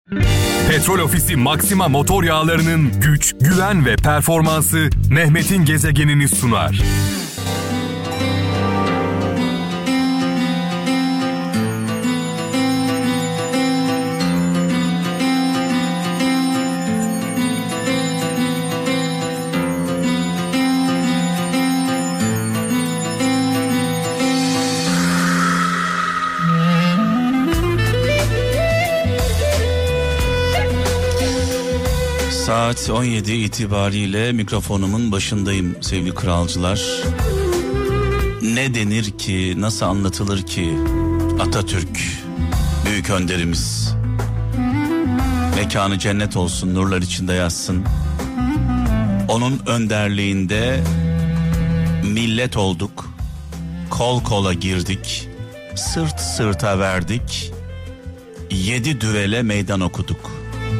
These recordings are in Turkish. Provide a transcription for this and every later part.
Petrol Ofisi Maxima motor yağlarının güç, güven ve performansı Mehmet'in gezegenini sunar. Saat 17 itibariyle mikrofonumun başındayım sevgili kralcılar. Ne denir ki, nasıl anlatılır ki Atatürk büyük önderimiz, mekanı cennet olsun, nurlar içinde yatsın. Onun önderliğinde millet olduk, kol kola girdik, sırt sırta verdik, 7 düvele meydan okuduk.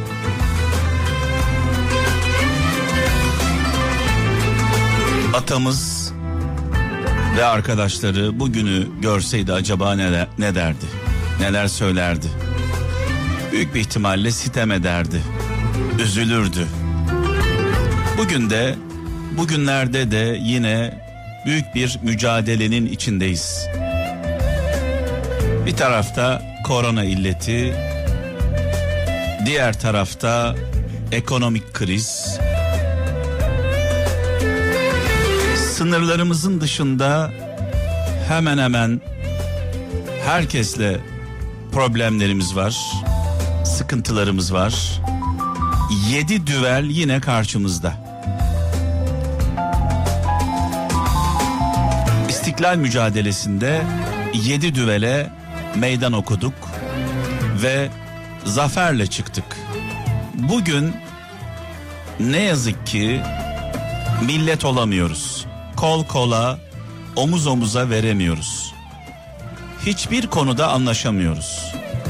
Atamız ve arkadaşları bugünü görseydi acaba ne derdi? Neler söylerdi? Büyük bir ihtimalle sitem ederdi, üzülürdü. Bugünlerde de yine büyük bir mücadelenin içindeyiz. Bir tarafta korona illeti, diğer tarafta ekonomik kriz. Sınırlarımızın dışında hemen hemen herkesle problemlerimiz var, sıkıntılarımız var. 7 düvel yine karşımızda. İstiklal mücadelesinde 7 düvele meydan okuduk ve zaferle çıktık. Bugün ne yazık ki millet olamıyoruz. Kol kola, omuz omuza veremiyoruz. Hiçbir konuda anlaşamıyoruz.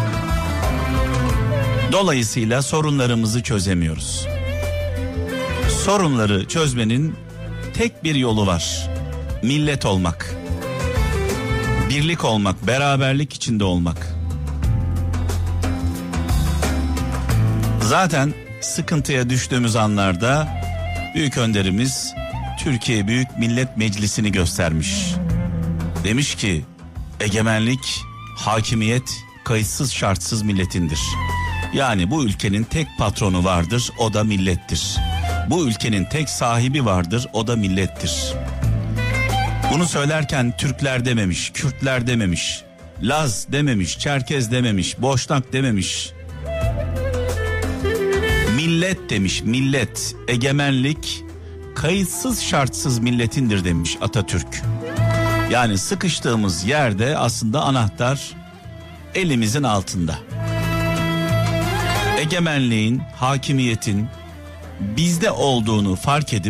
Dolayısıyla sorunlarımızı çözemiyoruz. Sorunları çözmenin tek bir yolu var. Millet olmak. Birlik olmak, beraberlik içinde olmak. Zaten sıkıntıya düştüğümüz anlarda büyük önderimiz Türkiye Büyük Millet Meclisi'ni göstermiş. Demiş ki egemenlik, hakimiyet kayıtsız şartsız milletindir. Yani bu ülkenin tek patronu vardır, o da millettir. Bu ülkenin tek sahibi vardır, o da millettir. Bunu söylerken Türkler dememiş, Kürtler dememiş, Laz dememiş, Çerkez dememiş, Boşnak dememiş. Millet demiş, millet, egemenlik kayıtsız şartsız milletindir demiş Atatürk. Yani sıkıştığımız yerde aslında anahtar elimizin altında. Egemenliğin, hakimiyetin bizde olduğunu fark edip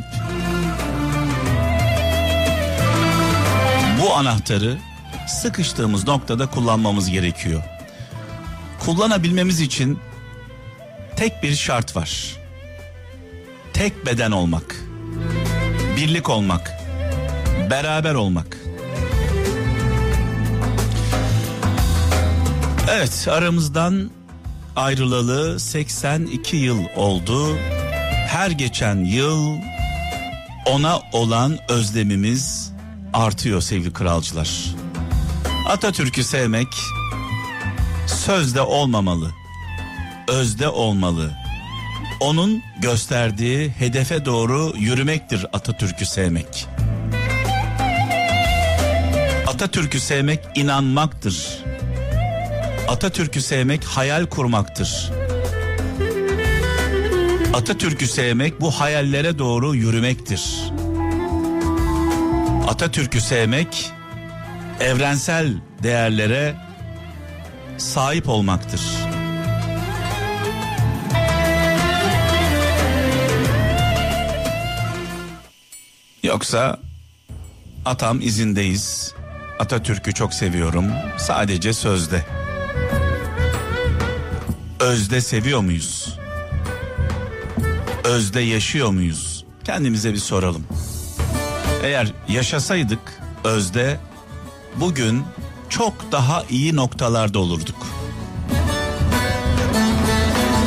bu anahtarı sıkıştığımız noktada kullanmamız gerekiyor. Kullanabilmemiz için tek bir şart var. Tek beden olmak, birlik olmak, beraber olmak. Evet, aramızdan ayrılalı 82 yıl oldu. Her geçen yıl ona olan özlemimiz artıyor sevgili kralcılar. Atatürk'ü sevmek sözde olmamalı, özde olmalı. Onun gösterdiği hedefe doğru yürümektir Atatürk'ü sevmek. Atatürk'ü sevmek inanmaktır. Atatürk'ü sevmek hayal kurmaktır. Atatürk'ü sevmek bu hayallere doğru yürümektir. Atatürk'ü sevmek evrensel değerlere sahip olmaktır. Yoksa atam izindeyiz, Atatürk'ü çok seviyorum, sadece sözde. Özde seviyor muyuz? Özde yaşıyor muyuz? Kendimize bir soralım. Eğer yaşasaydık özde, bugün çok daha iyi noktalarda olurduk.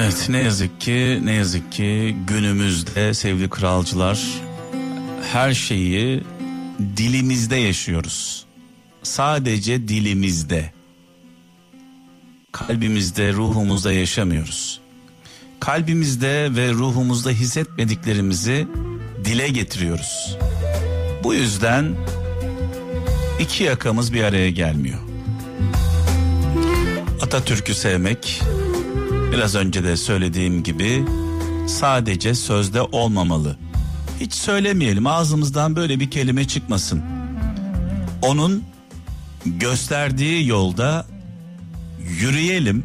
Evet, ne yazık ki günümüzde sevgili kralcılar her şeyi dilimizde yaşıyoruz. Sadece dilimizde. Kalbimizde, ruhumuzda yaşamıyoruz. Kalbimizde ve ruhumuzda hissetmediklerimizi dile getiriyoruz. Bu yüzden iki yakamız bir araya gelmiyor. Atatürk'ü sevmek, biraz önce de söylediğim gibi, sadece sözde olmamalı. Hiç söylemeyelim, ağzımızdan böyle bir kelime çıkmasın. Onun gösterdiği yolda yürüyelim.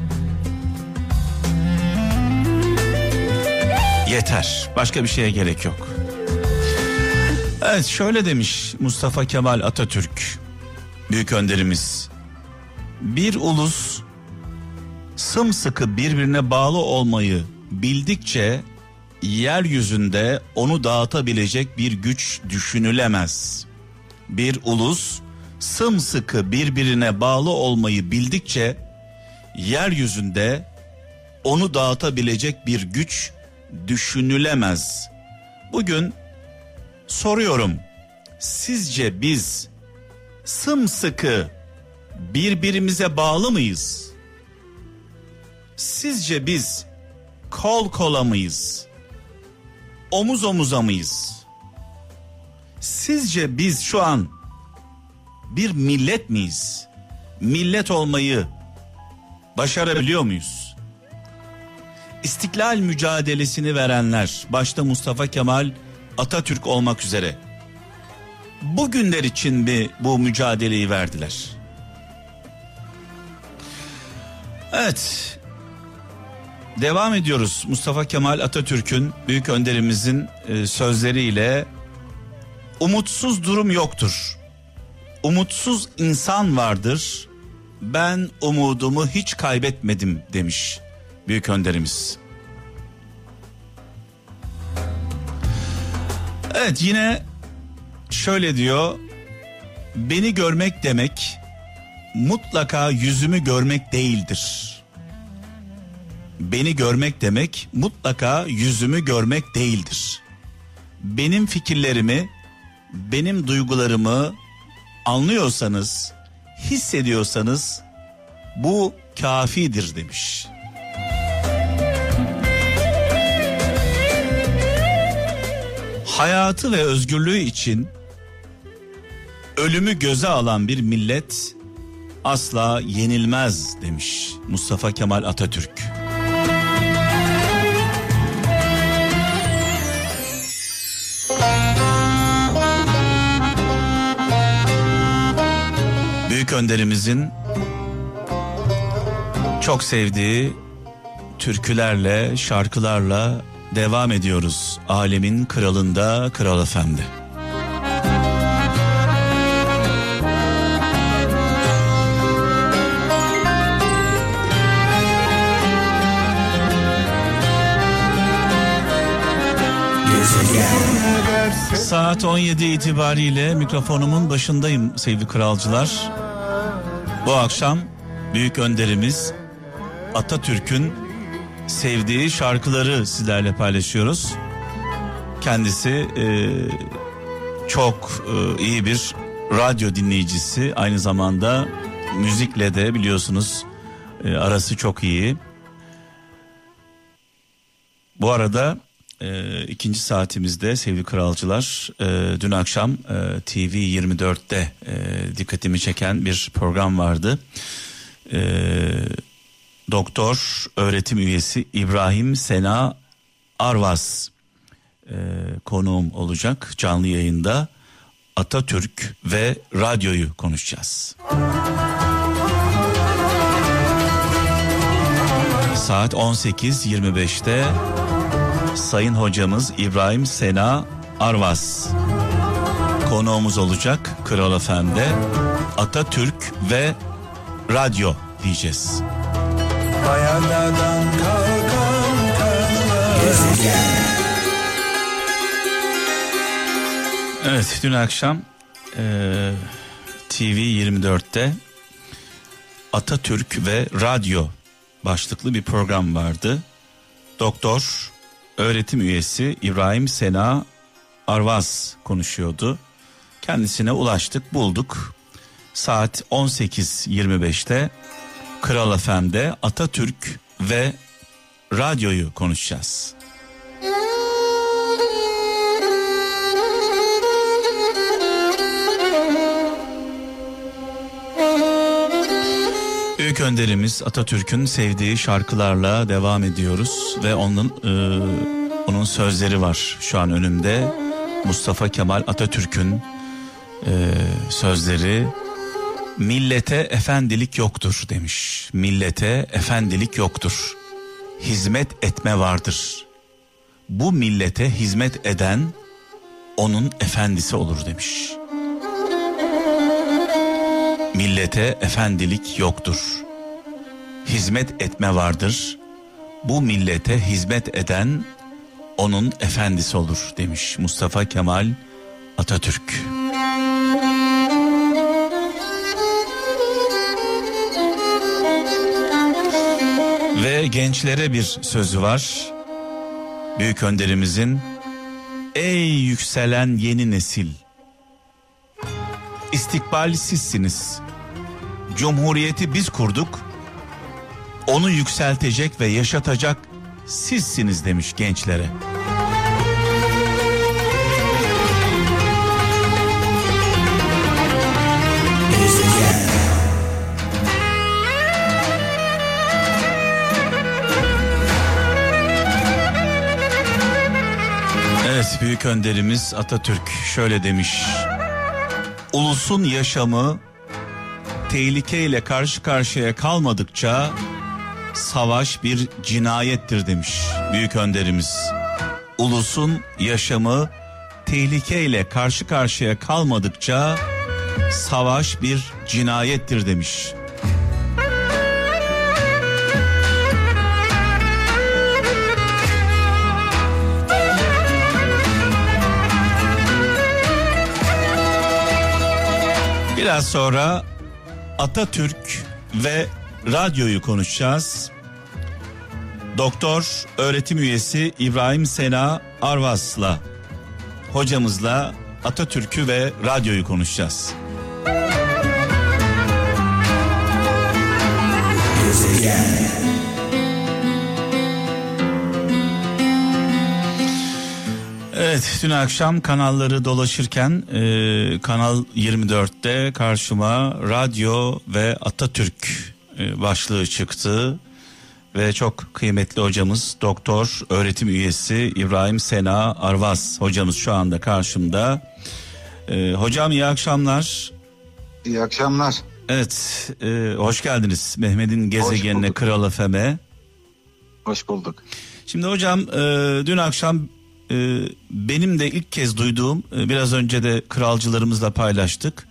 Yeter. Başka bir şeye gerek yok. Evet, şöyle demiş Mustafa Kemal Atatürk, büyük önderimiz. Bir ulus sımsıkı birbirine bağlı olmayı bildikçe yeryüzünde onu dağıtabilecek bir güç düşünülemez. Bir ulus sımsıkı birbirine bağlı olmayı bildikçe yeryüzünde onu dağıtabilecek bir güç düşünülemez. Bugün soruyorum, sizce biz sımsıkı birbirimize bağlı mıyız? Sizce biz kol kola mıyız? Omuz omuza mıyız? Sizce biz şu an bir millet miyiz? Millet olmayı başarabiliyor muyuz? İstiklal mücadelesini verenler, başta Mustafa Kemal Atatürk olmak üzere, bugünler için mi bu mücadeleyi verdiler? Evet, devam ediyoruz. Mustafa Kemal Atatürk'ün, büyük önderimizin sözleriyle, umutsuz durum yoktur. Umutsuz insan vardır. Ben umudumu hiç kaybetmedim demiş büyük önderimiz. Evet, yine şöyle diyor. Beni görmek demek mutlaka yüzümü görmek değildir. Beni görmek demek mutlaka yüzümü görmek değildir. Benim fikirlerimi, benim duygularımı anlıyorsanız, hissediyorsanız bu kafidir demiş. Hayatı ve özgürlüğü için ölümü göze alan bir millet asla yenilmez demiş Mustafa Kemal Atatürk. Büyük önderimizin çok sevdiği türkülerle, şarkılarla devam ediyoruz. Alemin kralında, Kral Efendi. Saat 17 itibariyle mikrofonumun başındayım sevgili kralcılar. Bu akşam büyük önderimiz Atatürk'ün sevdiği şarkıları sizlerle paylaşıyoruz. Kendisi çok iyi bir radyo dinleyicisi, aynı zamanda müzikle de biliyorsunuz arası çok iyi. Bu arada ikinci saatimizde sevgili kralcılar, dün akşam TV24'te dikkatimi çeken bir program vardı. Doktor öğretim üyesi İbrahim Sena Arvas konuğum olacak canlı yayında. Atatürk ve radyoyu konuşacağız. Saat 18.25'te Sayın hocamız İbrahim Sena Arvas konuğumuz olacak Kral FM'de. Atatürk ve radyo diyeceğiz. Evet, dün akşam TV24'te Atatürk ve radyo başlıklı bir program vardı. Doktor öğretim üyesi İbrahim Sena Arvaz konuşuyordu. Kendisine ulaştık, bulduk. Saat 18.25'te Kral FM'de Atatürk ve radyoyu konuşacağız. Büyük önderimiz Atatürk'ün sevdiği şarkılarla devam ediyoruz ve onun sözleri var şu an önümde. Mustafa Kemal Atatürk'ün sözleri. Millete efendilik yoktur demiş. Millete efendilik yoktur. Hizmet etme vardır. Bu millete hizmet eden onun efendisi olur demiş. Millete efendilik yoktur. Hizmet etme vardır. Bu millete hizmet eden onun efendisi olur demiş Mustafa Kemal Atatürk. Ve gençlere bir sözü var. Büyük önderimizin: ey yükselen yeni nesil, İstikbal sizsiniz. Cumhuriyeti biz kurduk. Onu yükseltecek ve yaşatacak sizsiniz demiş gençlere. Evet, büyük önderimiz Atatürk şöyle demiş: ulusun yaşamı tehlikeyle karşı karşıya kalmadıkça savaş bir cinayettir demiş büyük önderimiz. Ulusun yaşamı tehlikeyle karşı karşıya kalmadıkça savaş bir cinayettir demiş. Biraz sonra Atatürk ve radyoyu konuşacağız. Doktor öğretim üyesi İbrahim Sena Arvaz'la, hocamızla Atatürk'ü ve radyoyu konuşacağız. Evet, dün akşam kanalları dolaşırken Kanal 24'te karşıma radyo ve Atatürk başlığı çıktı. Ve çok kıymetli hocamız Doktor öğretim üyesi İbrahim Sena Arvaz hocamız şu anda karşımda. Hocam iyi akşamlar. İyi akşamlar. Evet, hoş geldiniz Mehmet'in gezegenine, Kral FM'e. Hoş bulduk. Şimdi hocam dün akşam benim de ilk kez duyduğum, biraz önce de kralcılarımızla paylaştık.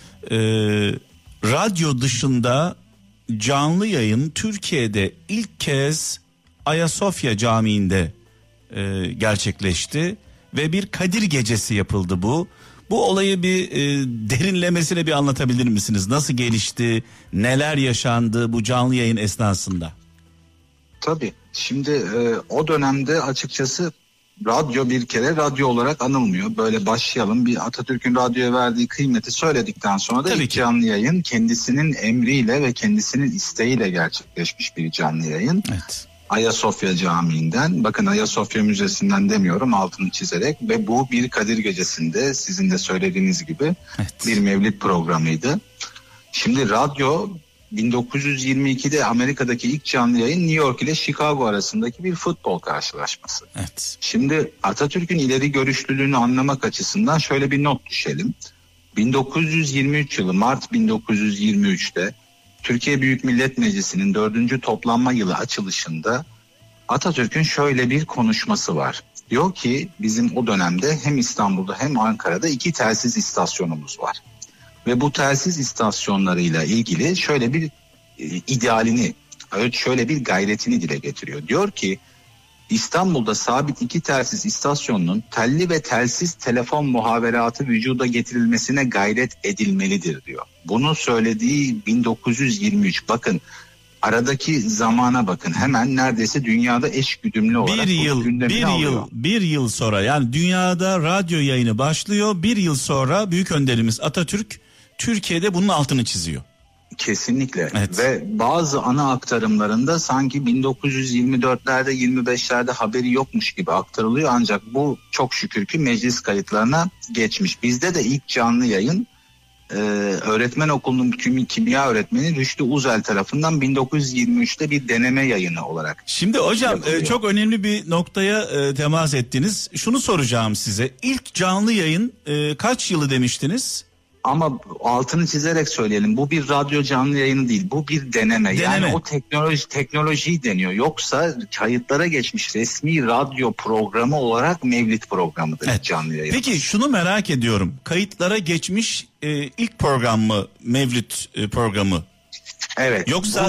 Radyo dışında canlı yayın Türkiye'de ilk kez Ayasofya Camii'nde gerçekleşti ve bir Kadir Gecesi yapıldı bu. Bu olayı bir derinlemesine bir anlatabilir misiniz? Nasıl gelişti, neler yaşandı bu canlı yayın esnasında? Tabii. Şimdi o dönemde açıkçası radyo bir kere radyo olarak anılmıyor. Böyle başlayalım, bir Atatürk'ün radyoya verdiği kıymeti söyledikten sonra da ilk canlı yayın kendisinin emriyle ve kendisinin isteğiyle gerçekleşmiş bir canlı yayın. Evet. Ayasofya Camii'nden, bakın Ayasofya Müzesi'nden demiyorum, altını çizerek, ve bu bir Kadir Gecesi'nde sizin de söylediğiniz gibi bir mevlid programıydı. Şimdi radyo 1922'de Amerika'daki ilk canlı yayın New York ile Chicago arasındaki bir futbol karşılaşması. Evet. Şimdi Atatürk'ün ileri görüşlülüğünü anlamak açısından şöyle bir not düşelim. 1923 yılı Mart 1923'te Türkiye Büyük Millet Meclisi'nin 4. toplanma yılı açılışında Atatürk'ün şöyle bir konuşması var. Diyor ki bizim o dönemde hem İstanbul'da hem Ankara'da 2 telsiz istasyonumuz var. Ve bu telsiz istasyonlarıyla ilgili şöyle bir idealini, şöyle bir gayretini dile getiriyor. Diyor ki İstanbul'da sabit 2 telsiz istasyonunun telli ve telsiz telefon muhaberatı vücuda getirilmesine gayret edilmelidir diyor. Bunu söylediği 1923, bakın Aradaki zamana bakın, hemen neredeyse dünyada eş güdümlü olarak bir yıl sonra, yani dünyada radyo yayını başlıyor, bir yıl sonra büyük önderimiz Atatürk Türkiye'de bunun altını çiziyor. Kesinlikle. Evet. Ve bazı ana aktarımlarında sanki 1924'lerde 25'lerde haberi yokmuş gibi aktarılıyor, ancak bu çok şükür ki meclis kayıtlarına geçmiş. Bizde de ilk canlı yayın öğretmen okulunun kimya öğretmeni Rüştü Uzel tarafından 1923'te bir deneme yayını olarak. Şimdi hocam çok önemli bir noktaya temas ettiniz. Şunu soracağım size. İlk canlı yayın kaç yılı demiştiniz? Ama altını çizerek söyleyelim, bu bir radyo canlı yayını değil, bu bir deneme. Yani o teknoloji deniyor. Yoksa kayıtlara geçmiş resmi radyo programı olarak Mevlid programıdır, evet, canlı yayın. Peki şunu merak ediyorum, kayıtlara geçmiş ilk program mı Mevlid programı? Evet. Yoksa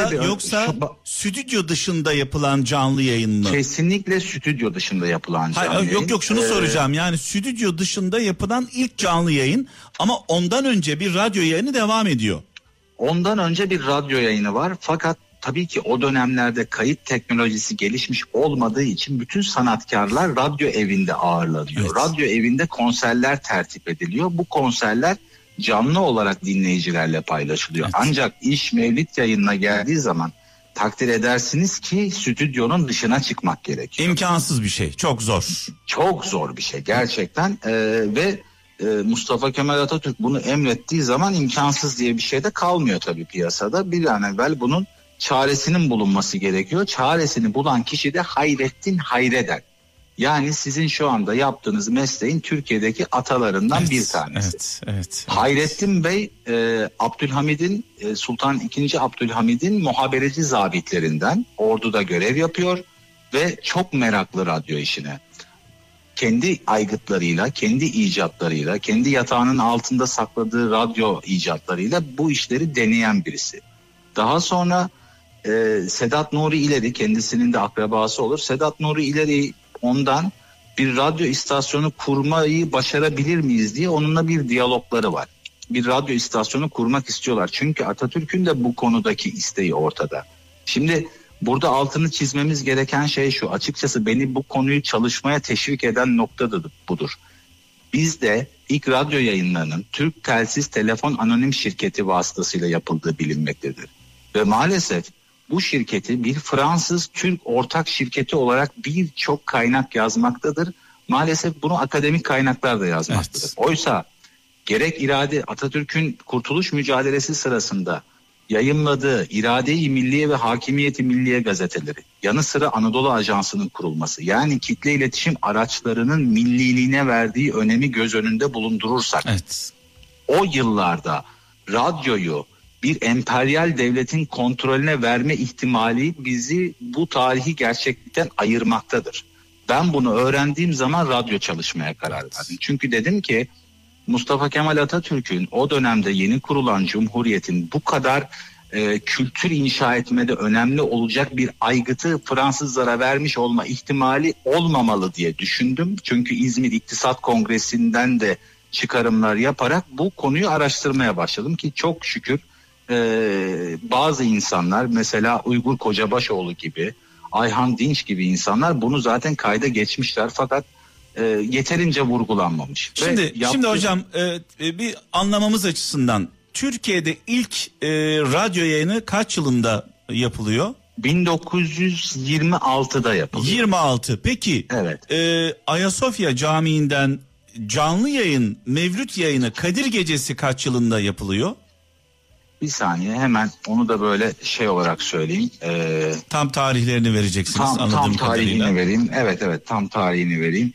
stüdyo dışında yapılan canlı yayın mı? Kesinlikle stüdyo dışında yapılan canlı yayın. Yok şunu soracağım, yani stüdyo dışında yapılan ilk canlı yayın, ama ondan önce bir radyo yayını devam ediyor. Ondan önce bir radyo yayını var, fakat tabii ki o dönemlerde kayıt teknolojisi gelişmiş olmadığı için bütün sanatkarlar radyo evinde ağırlanıyor. Evet. Radyo evinde konserler tertip ediliyor. Bu konserler canlı olarak dinleyicilerle paylaşılıyor. Evet. Ancak iş Mevlid yayınına geldiği zaman takdir edersiniz ki stüdyonun dışına çıkmak gerekiyor. İmkansız bir şey, çok zor. Çok zor bir şey gerçekten ve Mustafa Kemal Atatürk bunu emrettiği zaman imkansız diye bir şey de kalmıyor tabii piyasada. Bir an evvel bunun çaresinin bulunması gerekiyor. Çaresini bulan kişi de Hayrettin Hayreder. Yani sizin şu anda yaptığınız mesleğin Türkiye'deki atalarından bir tanesi. Evet. Hayrettin Bey Abdülhamid'in Sultan II. Abdülhamid'in muhabereci zabitlerinden, orduda görev yapıyor ve çok meraklı radyo işine. Kendi aygıtlarıyla, kendi icatlarıyla, kendi yatağının altında sakladığı radyo icatlarıyla bu işleri deneyen birisi. Daha sonra Sedat Nuri İleri, kendisinin de akrabası olur. Sedat Nuri İleri ondan bir radyo istasyonu kurmayı başarabilir miyiz diye onunla bir diyalogları var. Bir radyo istasyonu kurmak istiyorlar. Çünkü Atatürk'ün de bu konudaki isteği ortada. Şimdi burada altını çizmemiz gereken şey şu. Açıkçası beni bu konuyu çalışmaya teşvik eden nokta da budur. Bizde ilk radyo yayınlarının Türk Telsiz Telefon Anonim Şirketi vasıtasıyla yapıldığı bilinmektedir. Ve maalesef bu şirketi bir Fransız-Türk ortak şirketi olarak birçok kaynak yazmaktadır. Maalesef bunu akademik kaynaklar da yazmaktadır. Evet. Oysa gerek Atatürk'ün kurtuluş mücadelesi sırasında yayımladığı İrade-i Milliye ve Hakimiyeti Milliye gazeteleri, yanı sıra Anadolu Ajansı'nın kurulması, yani kitle iletişim araçlarının milliliğine verdiği önemi göz önünde bulundurursak, evet, o yıllarda radyoyu bir emperyal devletin kontrolüne verme ihtimali bizi bu tarihi gerçeklikten ayırmaktadır. Ben bunu öğrendiğim zaman radyo çalışmaya karar verdim. Çünkü dedim ki Mustafa Kemal Atatürk'ün o dönemde yeni kurulan Cumhuriyet'in bu kadar kültür inşa etmede önemli olacak bir aygıtı Fransızlara vermiş olma ihtimali olmamalı diye düşündüm. Çünkü İzmir İktisat Kongresi'nden de çıkarımlar yaparak bu konuyu araştırmaya başladım ki çok şükür bazı insanlar, mesela Uygur Kocabaşoğlu gibi, Ayhan Dinç gibi insanlar bunu zaten kayda geçmişler, fakat yeterince vurgulanmamış. Şimdi hocam bir anlamamız açısından Türkiye'de ilk radyo yayını kaç yılında yapılıyor? 1926'da yapılıyor. 26. Peki evet. Ayasofya Camii'nden canlı yayın, Mevlüt yayını Kadir Gecesi kaç yılında yapılıyor? Bir saniye, hemen onu da böyle şey olarak söyleyeyim. Tam tarihlerini vereceksiniz anladığım kadarıyla. Tam tarihini vereyim. Evet tam tarihini vereyim.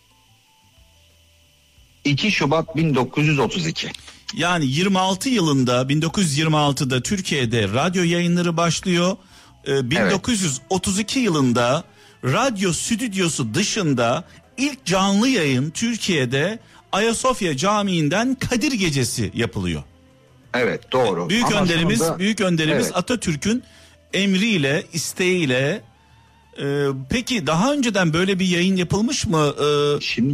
2 Şubat 1932. Yani 26 yılında, 1926'da Türkiye'de radyo yayınları başlıyor. 1932 yılında radyo stüdyosu dışında ilk canlı yayın Türkiye'de Ayasofya Camii'nden Kadir Gecesi yapılıyor. Evet, doğru. Büyük önderimiz evet, Atatürk'ün emriyle, isteğiyle. Peki daha önceden böyle bir yayın yapılmış mı? Şimdi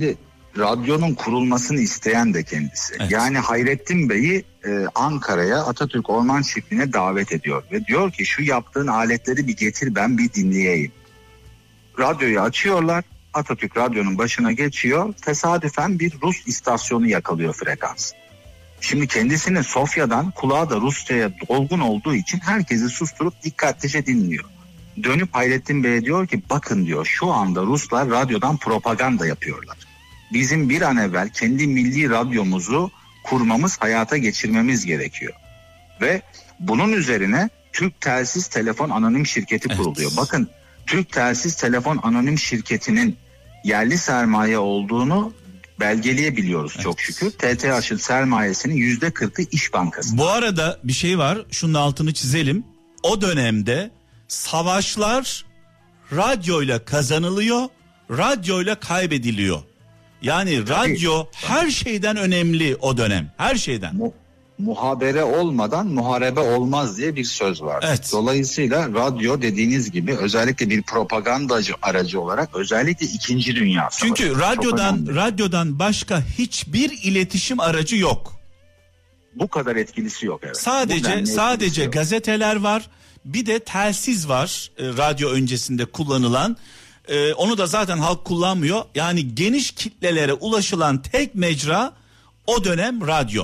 radyonun kurulmasını isteyen de kendisi. Evet. Yani Hayrettin Bey'i Ankara'ya, Atatürk Orman Çiftliği'ne davet ediyor. Ve diyor ki şu yaptığın aletleri bir getir, ben bir dinleyeyim. Radyoyu açıyorlar. Atatürk radyonun başına geçiyor. Tesadüfen bir Rus istasyonu yakalıyor frekans. Şimdi kendisinin Sofya'dan, kulağı da Rusça'ya dolgun olduğu için herkesi susturup dikkatlice dinliyor. Dönüp Hayrettin Bey'e diyor ki bakın diyor, şu anda Ruslar radyodan propaganda yapıyorlar. Bizim bir an evvel kendi milli radyomuzu kurmamız, hayata geçirmemiz gerekiyor. Ve bunun üzerine Türk Telsiz Telefon Anonim Şirketi kuruluyor. Bakın, Türk Telsiz Telefon Anonim Şirketi'nin yerli sermaye olduğunu belgeleyebiliyoruz çok şükür. TTH'ın sermayesinin %40'ı İş Bankası. Bu arada bir şey var, şunun altını çizelim. O dönemde savaşlar radyoyla kazanılıyor, radyoyla kaybediliyor. Yani radyo her şeyden önemli o dönem, her şeyden. Muhabere olmadan muharebe olmaz diye bir söz var. Evet. Dolayısıyla radyo dediğiniz gibi özellikle bir propaganda aracı olarak, özellikle 2. Dünya Savaşı. Çünkü radyodan başka hiçbir iletişim aracı yok. Bu kadar etkilisi yok, evet. Sadece gazeteler var. Bir de telsiz var, radyo öncesinde kullanılan. Onu da zaten halk kullanmıyor. Yani geniş kitlelere ulaşılan tek mecra o dönem radyo.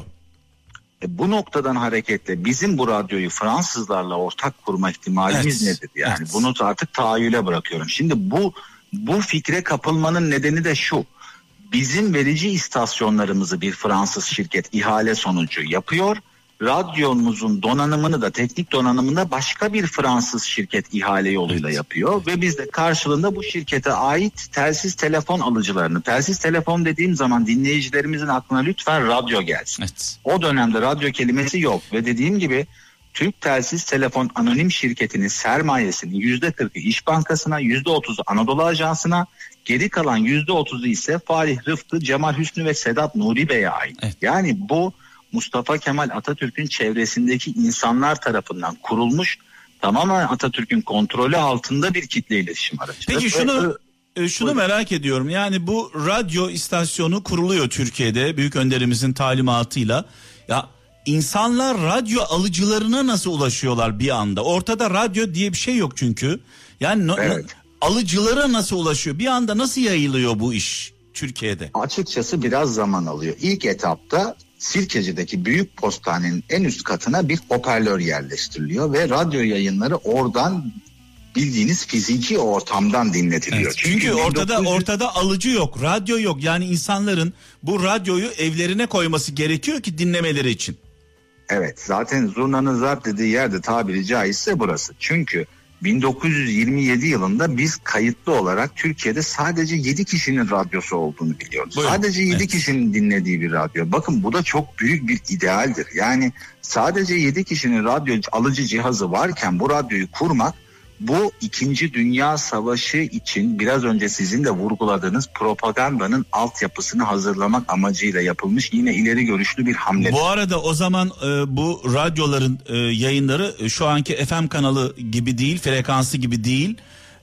Bu noktadan hareketle bizim bu radyoyu Fransızlarla ortak kurma ihtimalimiz nedir? Yani bunu artık tahayyüle bırakıyorum. Şimdi bu fikre kapılmanın nedeni de şu. Bizim verici istasyonlarımızı bir Fransız şirket ihale sonucu yapıyor. Radyomuzun donanımını da, teknik donanımını da başka bir Fransız şirket ihale yoluyla yapıyor. Ve biz de karşılığında bu şirkete ait telsiz telefon alıcılarını, telsiz telefon dediğim zaman dinleyicilerimizin aklına lütfen radyo gelsin. Evet. O dönemde radyo kelimesi yok ve dediğim gibi Türk Telsiz Telefon Anonim Şirketi'nin sermayesinin %40'ı İş Bankası'na, %30'u Anadolu Ajansı'na, geri kalan %30'u ise Falih Rıfkı, Cemal Hüsnü ve Sedat Nuri Bey'e ait. Evet. Yani bu Mustafa Kemal Atatürk'ün çevresindeki insanlar tarafından kurulmuş, tamamen Atatürk'ün kontrolü altında bir kitle iletişim aracı. Peki şunu merak ediyorum. Yani bu radyo istasyonu kuruluyor Türkiye'de büyük önderimizin talimatıyla. Ya insanlar radyo alıcılarına nasıl ulaşıyorlar bir anda? Ortada radyo diye bir şey yok çünkü. Yani alıcılara nasıl ulaşıyor? Bir anda nasıl yayılıyor bu iş Türkiye'de? Açıkçası biraz zaman alıyor. İlk etapta Sirkeci'deki büyük postanenin en üst katına bir hoparlör yerleştiriliyor ve radyo yayınları oradan, bildiğiniz fiziki ortamdan dinletiliyor. Evet, çünkü ortada alıcı yok, radyo yok. Yani insanların bu radyoyu evlerine koyması gerekiyor ki dinlemeleri için. Evet, zaten zurnanın zart dediği yerde tabiri caizse burası. Çünkü 1927 yılında biz kayıtlı olarak Türkiye'de sadece 7 kişinin radyosu olduğunu biliyoruz. Buyurun. Sadece 7 kişinin dinlediği bir radyo. Bakın, bu da çok büyük bir idealdir. Yani sadece 7 kişinin radyo alıcı cihazı varken bu radyoyu kurmak, bu 2. Dünya Savaşı için biraz önce sizin de vurguladığınız propagandanın altyapısını hazırlamak amacıyla yapılmış yine ileri görüşlü bir hamle. Bu arada o zaman bu radyoların yayınları şu anki FM kanalı gibi değil, frekansı gibi değil.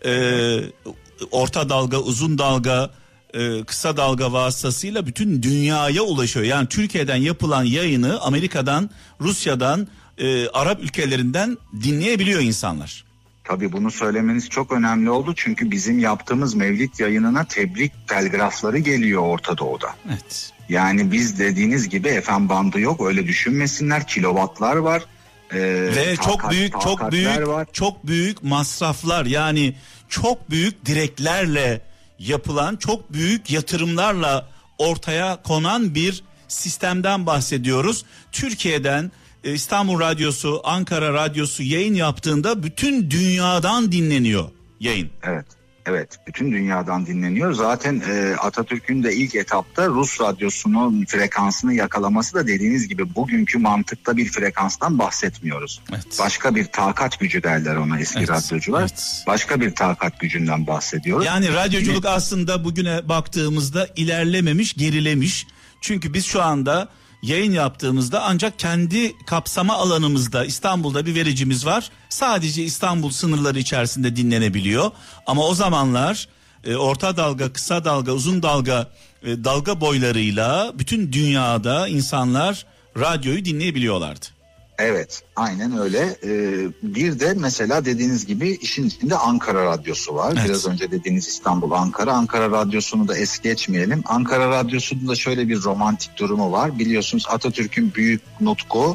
Orta dalga, uzun dalga, kısa dalga vasıtasıyla bütün dünyaya ulaşıyor. Yani Türkiye'den yapılan yayını Amerika'dan, Rusya'dan, Arap ülkelerinden dinleyebiliyor insanlar. Tabii bunu söylemeniz çok önemli oldu. Çünkü bizim yaptığımız Mevlid yayınına tebrik telgrafları geliyor Orta Doğu'da. Evet. Yani biz dediğiniz gibi FM bandı yok, öyle düşünmesinler. Kilovatlar var. Ve çok büyük masraflar, yani çok büyük direklerle yapılan, çok büyük yatırımlarla ortaya konan bir sistemden bahsediyoruz. Türkiye'den İstanbul Radyosu, Ankara Radyosu yayın yaptığında bütün dünyadan dinleniyor yayın. Evet, bütün dünyadan dinleniyor. Zaten Atatürk'ün de ilk etapta Rus radyosunun frekansını yakalaması da dediğiniz gibi bugünkü mantıkta bir frekanstan bahsetmiyoruz. Evet. Başka bir takat gücü derler ona eski radyocular. Evet. Başka bir takat gücünden bahsediyoruz. Yani radyoculuk aslında bugüne baktığımızda ilerlememiş, gerilemiş. Çünkü biz şu anda yayın yaptığımızda ancak kendi kapsama alanımızda İstanbul'da bir vericimiz var. Sadece İstanbul sınırları içerisinde dinlenebiliyor. Ama o zamanlar orta dalga, kısa dalga, uzun dalga dalga boylarıyla bütün dünyada insanlar radyoyu dinleyebiliyorlardı. Evet, aynen öyle. Bir de mesela dediğiniz gibi işin içinde Ankara Radyosu var. Evet. Biraz önce dediğiniz İstanbul, Ankara. Ankara Radyosu'nu da es geçmeyelim. Ankara Radyosu'nun da şöyle bir romantik durumu var. Biliyorsunuz Atatürk'ün büyük nutku,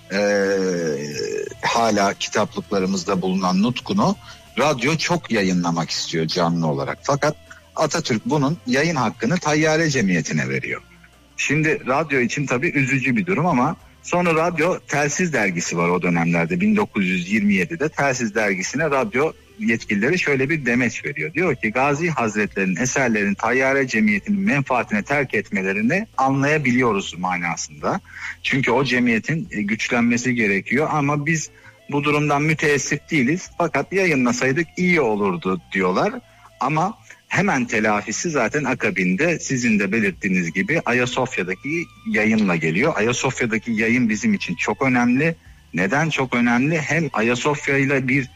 hala kitaplıklarımızda bulunan nutkunu radyo çok yayınlamak istiyor canlı olarak. Fakat Atatürk bunun yayın hakkını Tayyare Cemiyeti'ne veriyor. Şimdi radyo için tabii üzücü bir durum ama sonra radyo Telsiz dergisi var o dönemlerde, 1927'de Telsiz dergisine radyo yetkilileri şöyle bir demeç veriyor. Diyor ki Gazi Hazretleri'nin eserlerini Tayyare Cemiyeti'nin menfaatine terk etmelerini anlayabiliyoruz manasında. Çünkü o cemiyetin güçlenmesi gerekiyor ama biz bu durumdan müteessif değiliz. Fakat yayınlasaydık iyi olurdu diyorlar ama hemen telafisi zaten akabinde sizin de belirttiğiniz gibi Ayasofya'daki yayınla geliyor. Ayasofya'daki yayın bizim için çok önemli. Neden çok önemli? Hem Ayasofya ile bir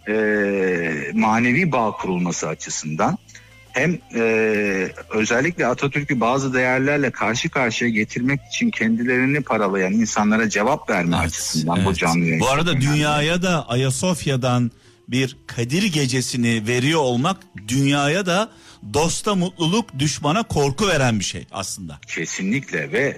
manevi bağ kurulması açısından hem özellikle Atatürk'ü bazı değerlerle karşı karşıya getirmek için kendilerini paralayan insanlara cevap verme açısından bu canlı yayın. Bu arada dünyaya da Ayasofya'dan bir Kadir Gecesi'ni veriyor olmak dünyaya da dosta mutluluk, düşmana korku veren bir şey aslında. Kesinlikle ve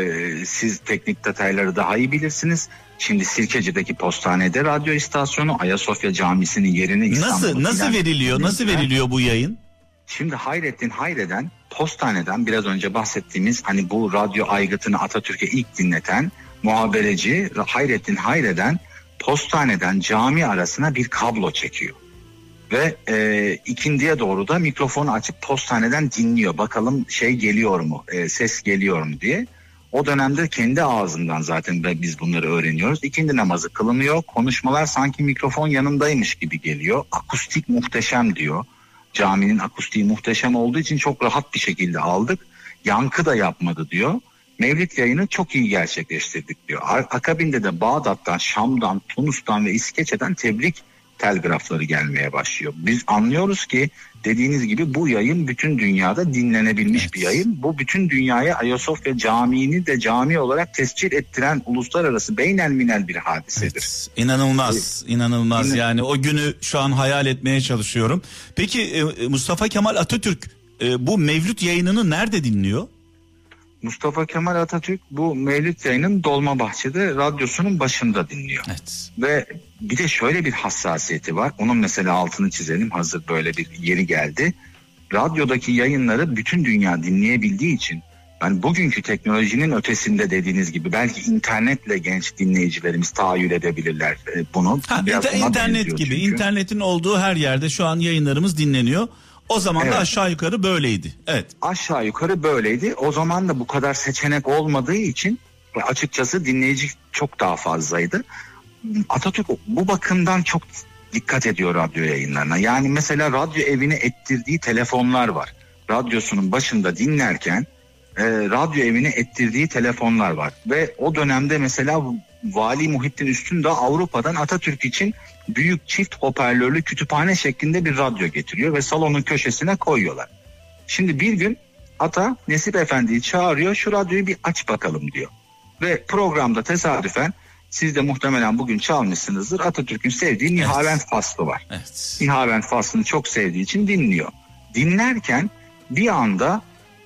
siz teknik detayları daha iyi bilirsiniz. Şimdi Sirkeci'deki postanede radyo istasyonu, Ayasofya Camisi'nin yerini İstanbul'da. Nasıl veriliyor? Nasıl veriliyor bu yayın? Şimdi Hayrettin Hayre'den, postaneden biraz önce bahsettiğimiz hani bu radyo aygıtını Atatürk'e ilk dinleten muhabereci Hayrettin Hayre'den postaneden cami arasına bir kablo çekiyor. Ve ikindiye doğru da mikrofonu açıp postaneden dinliyor. Bakalım şey geliyor mu, ses geliyor mu diye. O dönemde kendi ağzından zaten biz bunları öğreniyoruz. İkindi namazı kılınıyor. Konuşmalar sanki mikrofon yanındaymış gibi geliyor. Akustik muhteşem diyor. Caminin akustiği muhteşem olduğu için çok rahat bir şekilde aldık. Yankı da yapmadı diyor. Mevlid yayını çok iyi gerçekleştirdik diyor. Akabinde de Bağdat'tan, Şam'dan, Tunus'tan ve İskeçe'den tebrik telgrafları gelmeye başlıyor. Biz anlıyoruz ki dediğiniz gibi bu yayın bütün dünyada dinlenebilmiş bir yayın. Bu bütün dünyaya Ayasofya Camii'ni de cami olarak tescil ettiren uluslararası beynelminel bir hadisedir. Evet, inanılmaz. Yani o günü şu an hayal etmeye çalışıyorum. Peki Mustafa Kemal Atatürk bu Mevlüt yayınını nerede dinliyor? Mustafa Kemal Atatürk bu Mevlid yayının Dolmabahçe'de radyosunun başında dinliyor. Evet. Ve bir de şöyle bir hassasiyeti var. Onun mesela altını çizelim, hazır böyle bir yeri geldi. Radyodaki yayınları bütün dünya dinleyebildiği için, yani bugünkü teknolojinin ötesinde dediğiniz gibi belki internetle genç dinleyicilerimiz tahayyül edebilirler bunu. İnternet gibi, internetin olduğu her yerde şu an yayınlarımız dinleniyor. O zaman da aşağı yukarı böyleydi. Evet. Aşağı yukarı böyleydi. O zaman da bu kadar seçenek olmadığı için açıkçası dinleyici çok daha fazlaydı. Atatürk bu bakımdan çok dikkat ediyor radyo yayınlarına. Yani mesela radyo evine ettirdiği telefonlar var. Radyosunun başında dinlerken radyo evine ettirdiği telefonlar var. Ve o dönemde mesela Vali Muhittin Üstündağ Avrupa'dan Atatürk için büyük çift hoparlörlü kütüphane şeklinde bir radyo getiriyor ve salonun köşesine koyuyorlar. Şimdi bir gün Ata Nesip Efendi'yi çağırıyor, şu radyoyu bir aç bakalım diyor. Ve programda tesadüfen, siz de muhtemelen bugün çalmışsınızdır, Atatürk'ün sevdiği Nihavent faslı var. Evet. Nihavent faslını çok sevdiği için dinliyor. Dinlerken bir anda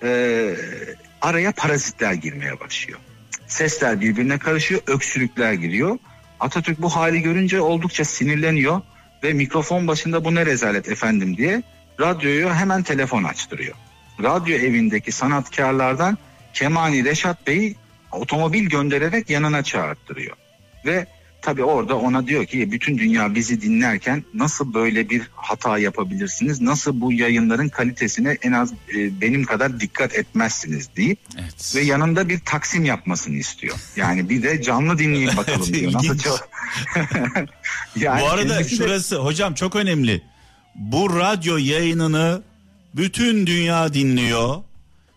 araya parazitler girmeye başlıyor. Sesler birbirine karışıyor, öksürükler giriyor. Atatürk bu hali görünce oldukça sinirleniyor ve mikrofon başında bu ne rezalet efendim diye radyoyu hemen telefon açtırıyor. Radyo evindeki sanatkarlardan Kemani Reşat Bey'i otomobil göndererek yanına çağırttırıyor. Ve tabii orada ona diyor ki bütün dünya bizi dinlerken nasıl böyle bir hata yapabilirsiniz? Nasıl bu yayınların kalitesine en az benim kadar dikkat etmezsiniz deyip ve yanında bir taksim yapmasını istiyor. Yani bir de canlı dinleyin bakalım diyor. Nasıl çok... yani bu arada şurası hocam çok önemli. Bu radyo yayınını bütün dünya dinliyor.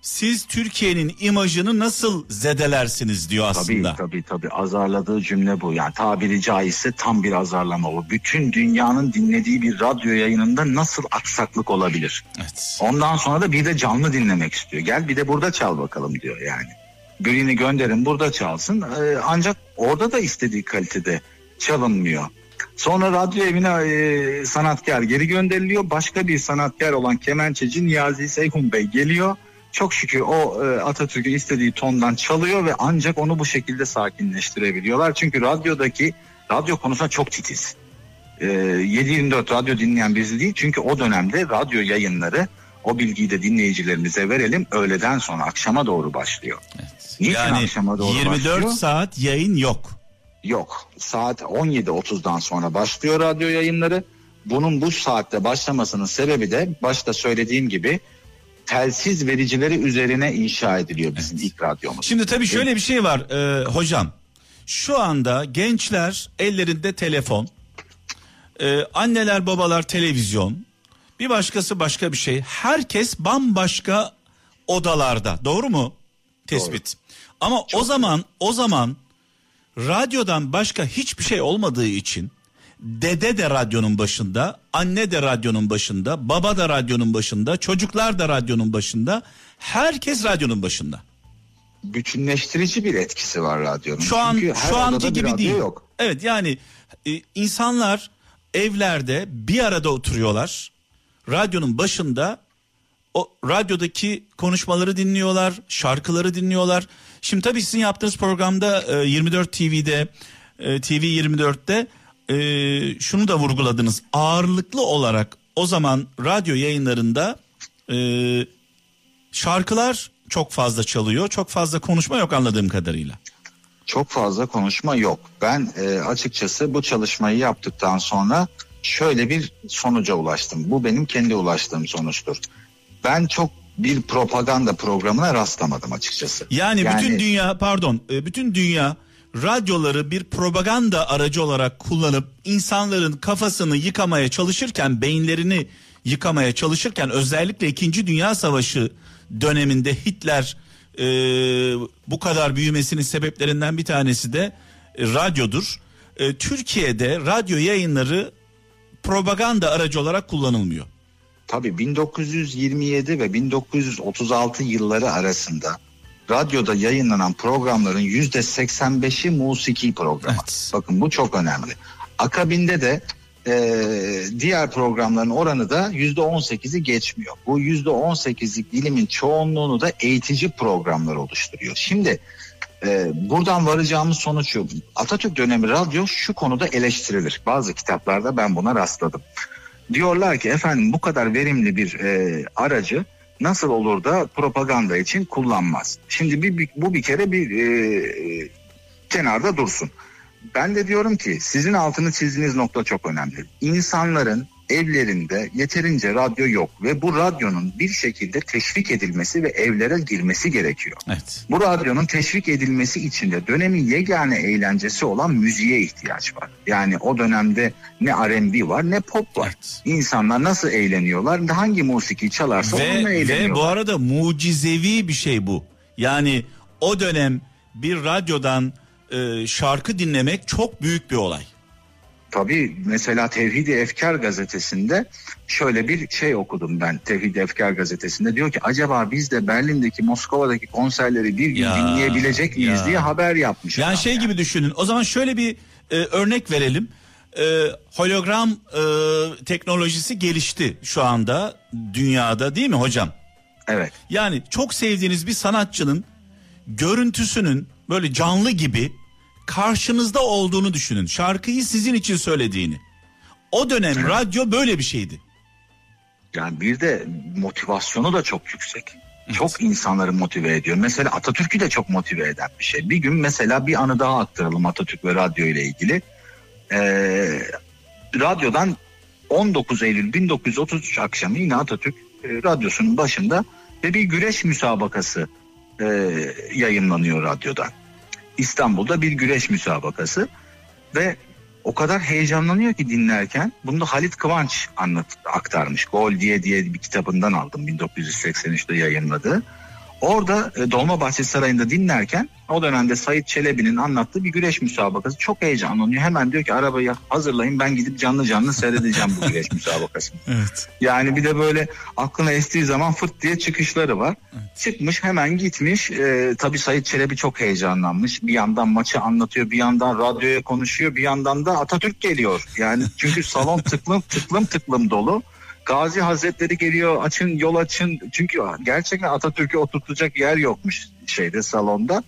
siz Türkiye'nin imajını nasıl zedelersiniz diyor aslında. Tabii azarladığı cümle bu. Yani tabiri caizse tam bir azarlama bu. Bütün dünyanın dinlediği bir radyo yayınında nasıl aksaklık olabilir? Evet. Ondan sonra da bir de canlı dinlemek istiyor. Gel bir de burada çal bakalım diyor yani. Birini gönderin burada çalsın. Ancak orada da istediği kalitede çalınmıyor. Sonra radyo evine sanatkar geri gönderiliyor. Başka bir sanatkar olan kemençeci Niyazi Seyhun Bey geliyor. Çok şükür o Atatürk'ün istediği tondan çalıyor ve ancak onu bu şekilde sakinleştirebiliyorlar. Çünkü radyo konusunda çok titiz. 7/24 radyo dinleyen birisi değil. Çünkü o dönemde radyo yayınları, o bilgiyi de dinleyicilerimize verelim, öğleden sonra akşama doğru başlıyor. Evet. Niçin yani akşama doğru 24 başlıyor? saat yayın yok. Yok. Saat 17.30'dan sonra başlıyor radyo yayınları. Bunun bu saatte başlamasının sebebi de başta söylediğim gibi telsiz vericileri üzerine inşa ediliyor bizim ilk radyomuz. Şimdi tabii şöyle bir şey var hocam. Şu anda gençler ellerinde telefon, anneler babalar televizyon, bir başkası başka bir şey. Herkes bambaşka odalarda, doğru mu? Tespit. Doğru. Ama çok o zaman radyodan başka hiçbir şey olmadığı için dede de radyonun başında, anne de radyonun başında, baba da radyonun başında, çocuklar da radyonun başında, herkes radyonun başında. Bütünleştirici bir etkisi var radyonun. Şu anki gibi değil. Yok. Evet, yani insanlar evlerde bir arada oturuyorlar. Radyonun başında o radyodaki konuşmaları dinliyorlar, şarkıları dinliyorlar. Şimdi tabii sizin yaptığınız programda 24 TV'de, TV24'te şunu da vurguladınız. Ağırlıklı olarak o zaman radyo yayınlarında şarkılar çok fazla çalıyor. Çok fazla konuşma yok anladığım kadarıyla. Çok fazla konuşma yok. Ben açıkçası bu çalışmayı yaptıktan sonra şöyle bir sonuca ulaştım. Bu benim kendi ulaştığım sonuçtur. Ben çok bir propaganda programına rastlamadım açıkçası. Yani bütün dünya radyoları bir propaganda aracı olarak kullanıp insanların kafasını yıkamaya çalışırken, beyinlerini yıkamaya çalışırken, özellikle 2. Dünya Savaşı döneminde Hitler bu kadar büyümesinin sebeplerinden bir tanesi de radyodur. Türkiye'de radyo yayınları propaganda aracı olarak kullanılmıyor. Tabii 1927 ve 1936 yılları arasında radyoda yayınlanan programların %85'i musiki programı. Evet. Bakın bu çok önemli. Akabinde de diğer programların oranı da %18'i geçmiyor. Bu %18'lik dilimin çoğunluğunu da eğitici programlar oluşturuyor. Şimdi buradan varacağımız sonuç şu. Atatürk dönemi radyo şu konuda eleştirilir. Bazı kitaplarda ben buna rastladım. Diyorlar ki efendim bu kadar verimli bir aracı nasıl olur da propaganda için kullanmaz? Şimdi bu bir kere kenarda dursun. Ben de diyorum ki sizin altını çizdiğiniz nokta çok önemli. İnsanların evlerinde yeterince radyo yok ve bu radyonun bir şekilde teşvik edilmesi ve evlere girmesi gerekiyor. Evet. Bu radyonun teşvik edilmesi için de dönemin yegane eğlencesi olan müziğe ihtiyaç var. Yani o dönemde ne R&B var ne pop var. Evet. İnsanlar nasıl eğleniyorlar? Hangi musiki çalarsa onunla eğleniyorlar. Ve bu arada mucizevi bir şey bu. Yani o dönem bir radyodan şarkı dinlemek çok büyük bir olay. Tabii mesela Tevhid-i Efkar gazetesinde şöyle bir şey okudum ben. Tevhid-i Efkar gazetesinde diyor ki acaba biz de Berlin'deki, Moskova'daki konserleri bir gün dinleyebilecek miyiz diye haber yapmış. Yani gibi düşünün. O zaman şöyle bir örnek verelim. Hologram teknolojisi gelişti şu anda dünyada, değil mi hocam? Evet. Yani çok sevdiğiniz bir sanatçının görüntüsünün böyle canlı gibi karşınızda olduğunu düşünün. Şarkıyı sizin için söylediğini. O dönem radyo böyle bir şeydi. Yani bir de motivasyonu da çok yüksek. Evet. Çok insanları motive ediyor. Mesela Atatürk'ü de çok motive eden bir şey. Bir gün mesela bir anı daha aktaralım Atatürk ve radyo ile ilgili. Radyodan 19 Eylül 1933 akşamı yine Atatürk radyosunun başında ve bir güreş müsabakası yayınlanıyor radyodan. İstanbul'da bir güreş müsabakası ve o kadar heyecanlanıyor ki dinlerken. Bunu da Halit Kıvanç aktarmış. Gol diye bir kitabından aldım, 1983'te yayınladığı. Orada Dolmabahçe Sarayı'nda dinlerken o dönemde Sait Çelebi'nin anlattığı bir güreş müsabakası, çok heyecanlanıyor. Hemen diyor ki arabayı hazırlayın, ben gidip canlı canlı seyredeceğim bu güreş müsabakasını. Evet. Yani bir de böyle aklına estiği zaman fırt diye çıkışları var. Evet. Çıkmış hemen gitmiş. Tabii Sait Çelebi çok heyecanlanmış. Bir yandan maçı anlatıyor, bir yandan radyoya konuşuyor, bir yandan da Atatürk geliyor. Yani çünkü salon tıklım dolu. Gazi Hazretleri geliyor, açın yol açın. Çünkü gerçekten Atatürk'ü oturtacak yer yokmuş salonda.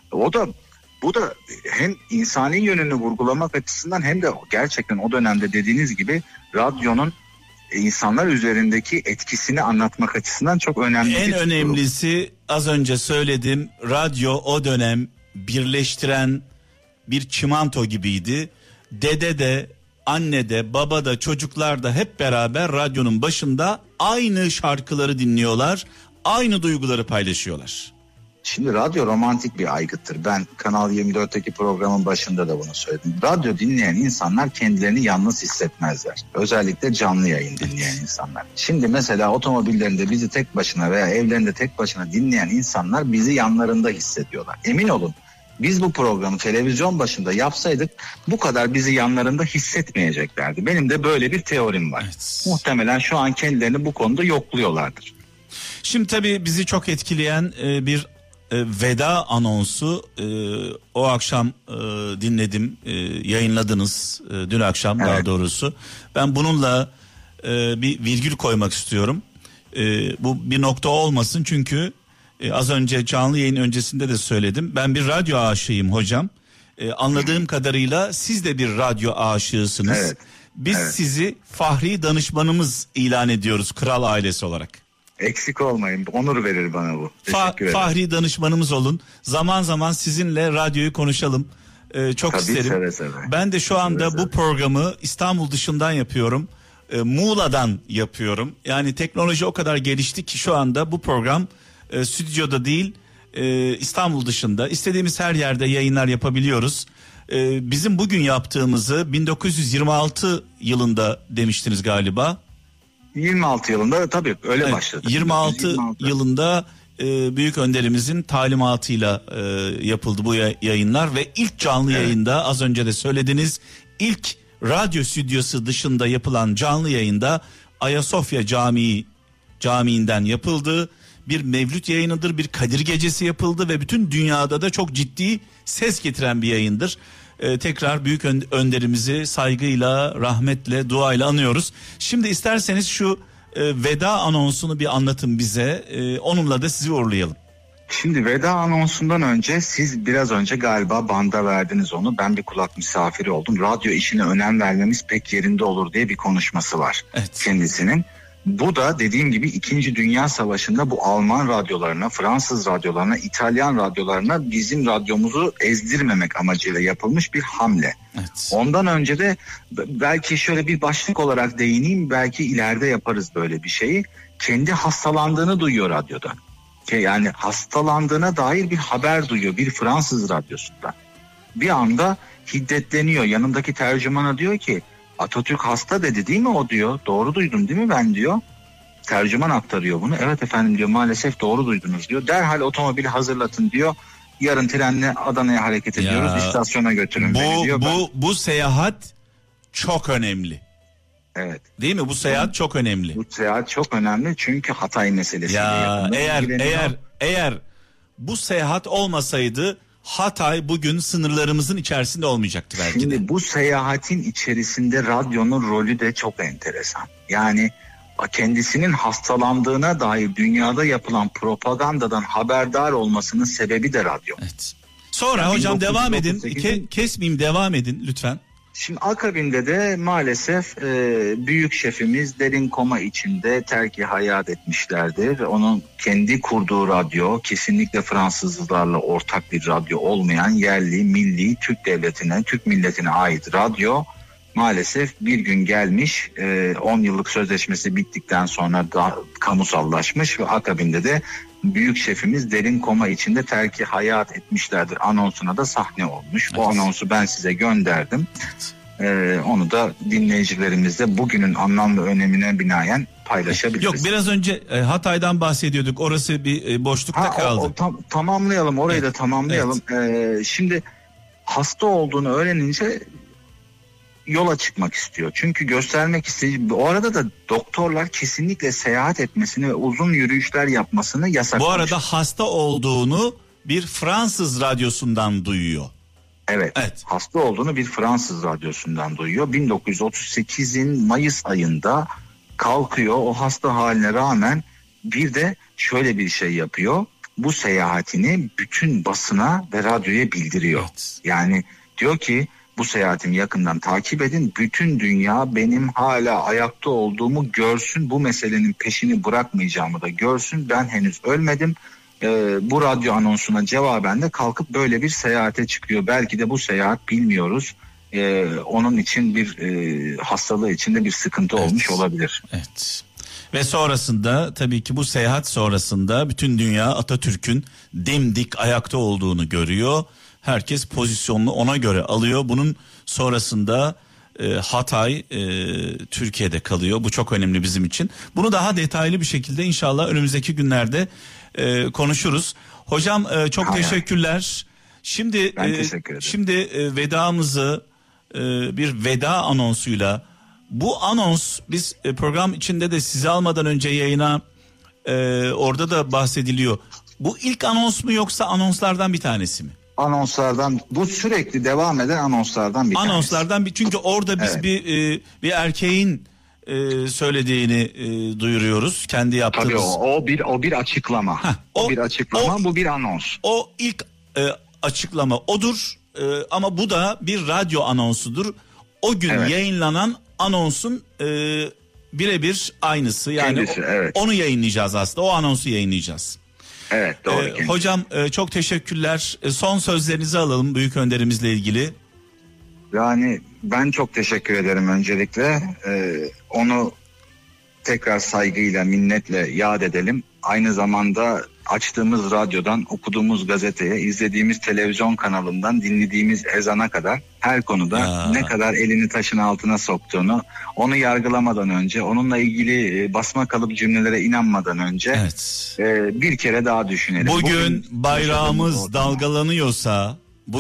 Bu da hem insani yönünü vurgulamak açısından hem de gerçekten o dönemde dediğiniz gibi radyonun insanlar üzerindeki etkisini anlatmak açısından çok önemli. En önemlisi az önce söyledim, radyo o dönem birleştiren bir çimento gibiydi. Dede de, anne de, baba da, çocuklar da hep beraber radyonun başında aynı şarkıları dinliyorlar, aynı duyguları paylaşıyorlar. Şimdi radyo romantik bir aygıttır. Ben Kanal 24'teki programın başında da bunu söyledim. Radyo dinleyen insanlar kendilerini yalnız hissetmezler. Özellikle canlı yayın dinleyen insanlar. Şimdi mesela otomobillerinde bizi tek başına veya evlerinde tek başına dinleyen insanlar bizi yanlarında hissediyorlar. Emin olun, biz bu programı televizyon başında yapsaydık bu kadar bizi yanlarında hissetmeyeceklerdi. Benim de böyle bir teorim var. Evet. Muhtemelen şu an kendilerini bu konuda yokluyorlardır. Şimdi tabii bizi çok etkileyen bir veda anonsu o akşam dinledim, yayınladınız dün akşam, evet. Daha doğrusu. Ben bununla bir virgül koymak istiyorum. Bu bir nokta olmasın çünkü az önce canlı yayın öncesinde de söyledim. Ben bir radyo aşığıyım hocam. Anladığım kadarıyla siz de bir radyo aşığısınız. Evet. Biz sizi fahri danışmanımız ilan ediyoruz kral ailesi olarak. Eksik olmayın. Onur verir bana bu. Fahri danışmanımız olun. Zaman zaman sizinle radyoyu konuşalım. Çok tabii isterim. Seve. Ben de şu anda bu programı İstanbul dışından yapıyorum. Muğla'dan yapıyorum. Yani teknoloji o kadar gelişti ki şu anda bu program stüdyoda değil, İstanbul dışında istediğimiz her yerde yayınlar yapabiliyoruz. Bizim bugün yaptığımızı 1926 yılında demiştiniz galiba. 26 yılında tabii öyle evet, başladı. 26 yılında büyük önderimizin talimatıyla yapıldı bu yayınlar ve ilk canlı yayında az önce de söylediniz, ilk radyo stüdyosu dışında yapılan canlı yayında Ayasofya Camii'nden yapıldı. Bir mevlüt yayınıdır, bir Kadir Gecesi yapıldı ve bütün dünyada da çok ciddi ses getiren bir yayındır. Tekrar büyük önderimizi saygıyla, rahmetle, duayla anıyoruz. Şimdi isterseniz şu veda anonsunu bir anlatın bize. Onunla da sizi uğurlayalım. Şimdi veda anonsundan önce siz biraz önce galiba banda verdiniz onu. Ben bir kulak misafiri oldum. Radyo işine önem vermemiz pek yerinde olur diye bir konuşması var kendisinin. Bu da dediğim gibi 2. Dünya Savaşı'nda bu Alman radyolarına, Fransız radyolarına, İtalyan radyolarına bizim radyomuzu ezdirmemek amacıyla yapılmış bir hamle. Evet. Ondan önce de belki şöyle bir başlık olarak değineyim, belki ileride yaparız böyle bir şeyi. Kendi hastalandığını duyuyor radyoda. Yani hastalandığına dair bir haber duyuyor bir Fransız radyosundan. Bir anda hiddetleniyor. Yanındaki tercümana diyor ki Atatürk hasta dedi değil mi o diyor. Doğru duydum değil mi ben diyor. Tercüman aktarıyor bunu. Evet efendim diyor, maalesef doğru duydunuz diyor. Derhal otomobili hazırlatın diyor. Yarın trenle Adana'ya hareket ediyoruz. İstasyona götürün beni diyor. Bu seyahat çok önemli. Evet. Değil mi? Bu seyahat çok önemli. Bu seyahat çok önemli çünkü Hatay meselesiyle yakın. Eğer bu seyahat olmasaydı Hatay bugün sınırlarımızın içerisinde olmayacaktı belki de. Şimdi bu seyahatin içerisinde radyonun rolü de çok enteresan. Yani kendisinin hastalandığına dair dünyada yapılan propagandadan haberdar olmasının sebebi de radyo. Evet. Sonra yani hocam devam edin. Kesmeyeyim, devam edin lütfen. Şimdi akabinde de maalesef büyük şefimiz derin koma içinde terk-i hayat etmişlerdir. Onun kendi kurduğu radyo, kesinlikle Fransızlarla ortak bir radyo olmayan yerli, milli, Türk devletine, Türk milletine ait radyo maalesef bir gün gelmiş, 10 yıllık sözleşmesi bittikten sonra da kamusallaşmış ve akabinde de büyük şefimiz derin koma içinde terk-i hayat etmişlerdir anonsuna da sahne olmuş. Evet. Bu anonsu ben size gönderdim. Onu da dinleyicilerimizle bugünün anlam ve önemine binaen paylaşabiliriz. Yok, biraz önce Hatay'dan bahsediyorduk. Orası bir boşlukta kaldı. Tamamlayalım. Orayı da tamamlayalım. Evet. Şimdi hasta olduğunu öğrenince yola çıkmak istiyor. Çünkü göstermek istiyor. O arada da doktorlar kesinlikle seyahat etmesini ve uzun yürüyüşler yapmasını yasaklamış. Bu arada hasta olduğunu bir Fransız radyosundan duyuyor. Evet. Hasta olduğunu bir Fransız radyosundan duyuyor. 1938'in Mayıs ayında kalkıyor. O hasta haline rağmen bir de şöyle bir şey yapıyor. Bu seyahatini bütün basına ve radyoya bildiriyor. Evet. Yani diyor ki bu seyahatimi yakından takip edin. Bütün dünya benim hala ayakta olduğumu görsün. Bu meselenin peşini bırakmayacağımı da görsün. Ben henüz ölmedim. Bu radyo anonsuna cevaben de kalkıp böyle bir seyahate çıkıyor. Belki de bu seyahat bilmiyoruz. Onun için bir hastalığı içinde bir sıkıntı olmuş olabilir. Evet. Ve sonrasında tabii ki bu seyahat sonrasında bütün dünya Atatürk'ün dimdik ayakta olduğunu görüyor. Herkes pozisyonunu ona göre alıyor. Bunun sonrasında Hatay Türkiye'de kalıyor. Bu çok önemli bizim için. Bunu daha detaylı bir şekilde inşallah önümüzdeki günlerde konuşuruz. Hocam çok teşekkürler. Şimdi vedamızı bir veda anonsuyla, bu anons biz program içinde de sizi almadan önce yayına orada da bahsediliyor. Bu ilk anons mu yoksa anonslardan bir tanesi mi? Anonslardan, bu sürekli devam eden anonslardan bir tanesi. Anonslardan bir, çünkü orada biz bir erkeğin söylediğini duyuruyoruz. Kendi yaptığımız. Tabii o bir açıklama. O bir açıklama, bu bir anons. O ilk açıklama odur. Ama bu da bir radyo anonsudur. O gün yayınlanan anonsun birebir aynısı. Yani kendisi, onu yayınlayacağız aslında. O anonsu yayınlayacağız. Evet, doğru. Hocam çok teşekkürler. Son sözlerinizi alalım büyük önderimizle ilgili. Yani ben çok teşekkür ederim öncelikle. Onu tekrar saygıyla, minnetle yad edelim. Aynı zamanda açtığımız radyodan, okuduğumuz gazeteye, izlediğimiz televizyon kanalından, dinlediğimiz ezana kadar her konuda ne kadar elini taşın altına soktuğunu, onu yargılamadan önce, onunla ilgili basma kalıp cümlelere inanmadan önce bir kere daha düşünelim. Bugün bayrağımız dalgalanıyorsa,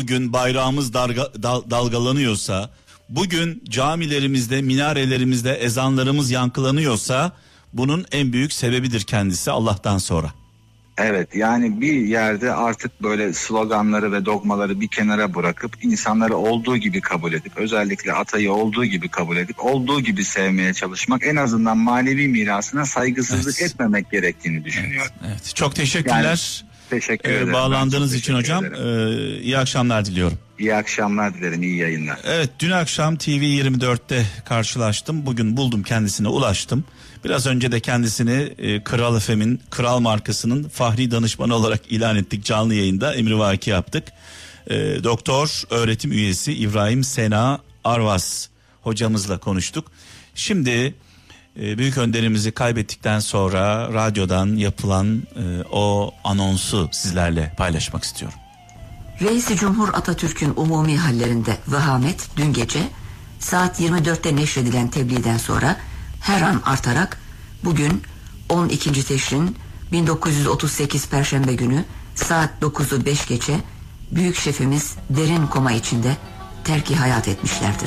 bugün camilerimizde, minarelerimizde ezanlarımız yankılanıyorsa bunun en büyük sebebidir kendisi, Allah'tan sonra. Evet, yani bir yerde artık böyle sloganları ve dogmaları bir kenara bırakıp insanları olduğu gibi kabul edip, özellikle Atay'ı olduğu gibi kabul edip olduğu gibi sevmeye çalışmak, en azından manevi mirasına saygısızlık etmemek gerektiğini düşünüyorum. Evet. Çok teşekkürler. Teşekkür ederim. Bağlandığınız için hocam. İyi akşamlar diliyorum. İyi akşamlar dilerim, iyi yayınlar. Evet, dün akşam TV24'te karşılaştım. Bugün buldum, kendisine ulaştım. Biraz önce de kendisini Kral FM'in, Kral markasının fahri danışmanı olarak ilan ettik. Canlı yayında emrivaki yaptık. Doktor öğretim üyesi İbrahim Sena Arvas hocamızla konuştuk. Şimdi büyük önderimizi kaybettikten sonra radyodan yapılan o anonsu sizlerle paylaşmak istiyorum. Reis-i Cumhur Atatürk'ün umumi hallerinde vıhamet dün gece saat 24'te neşredilen tebliğden sonra her an artarak bugün 12. Teşrin 1938 Perşembe günü saat 9'u 5 geçe büyük şefimiz derin koma içinde terk-i hayat etmişlerdir.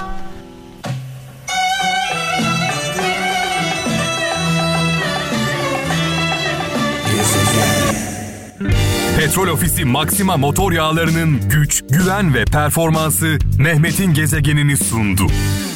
Petrol Ofisi Maxima motor yağlarının güç, güven ve performansı Mehmet'in gezegenini sundu.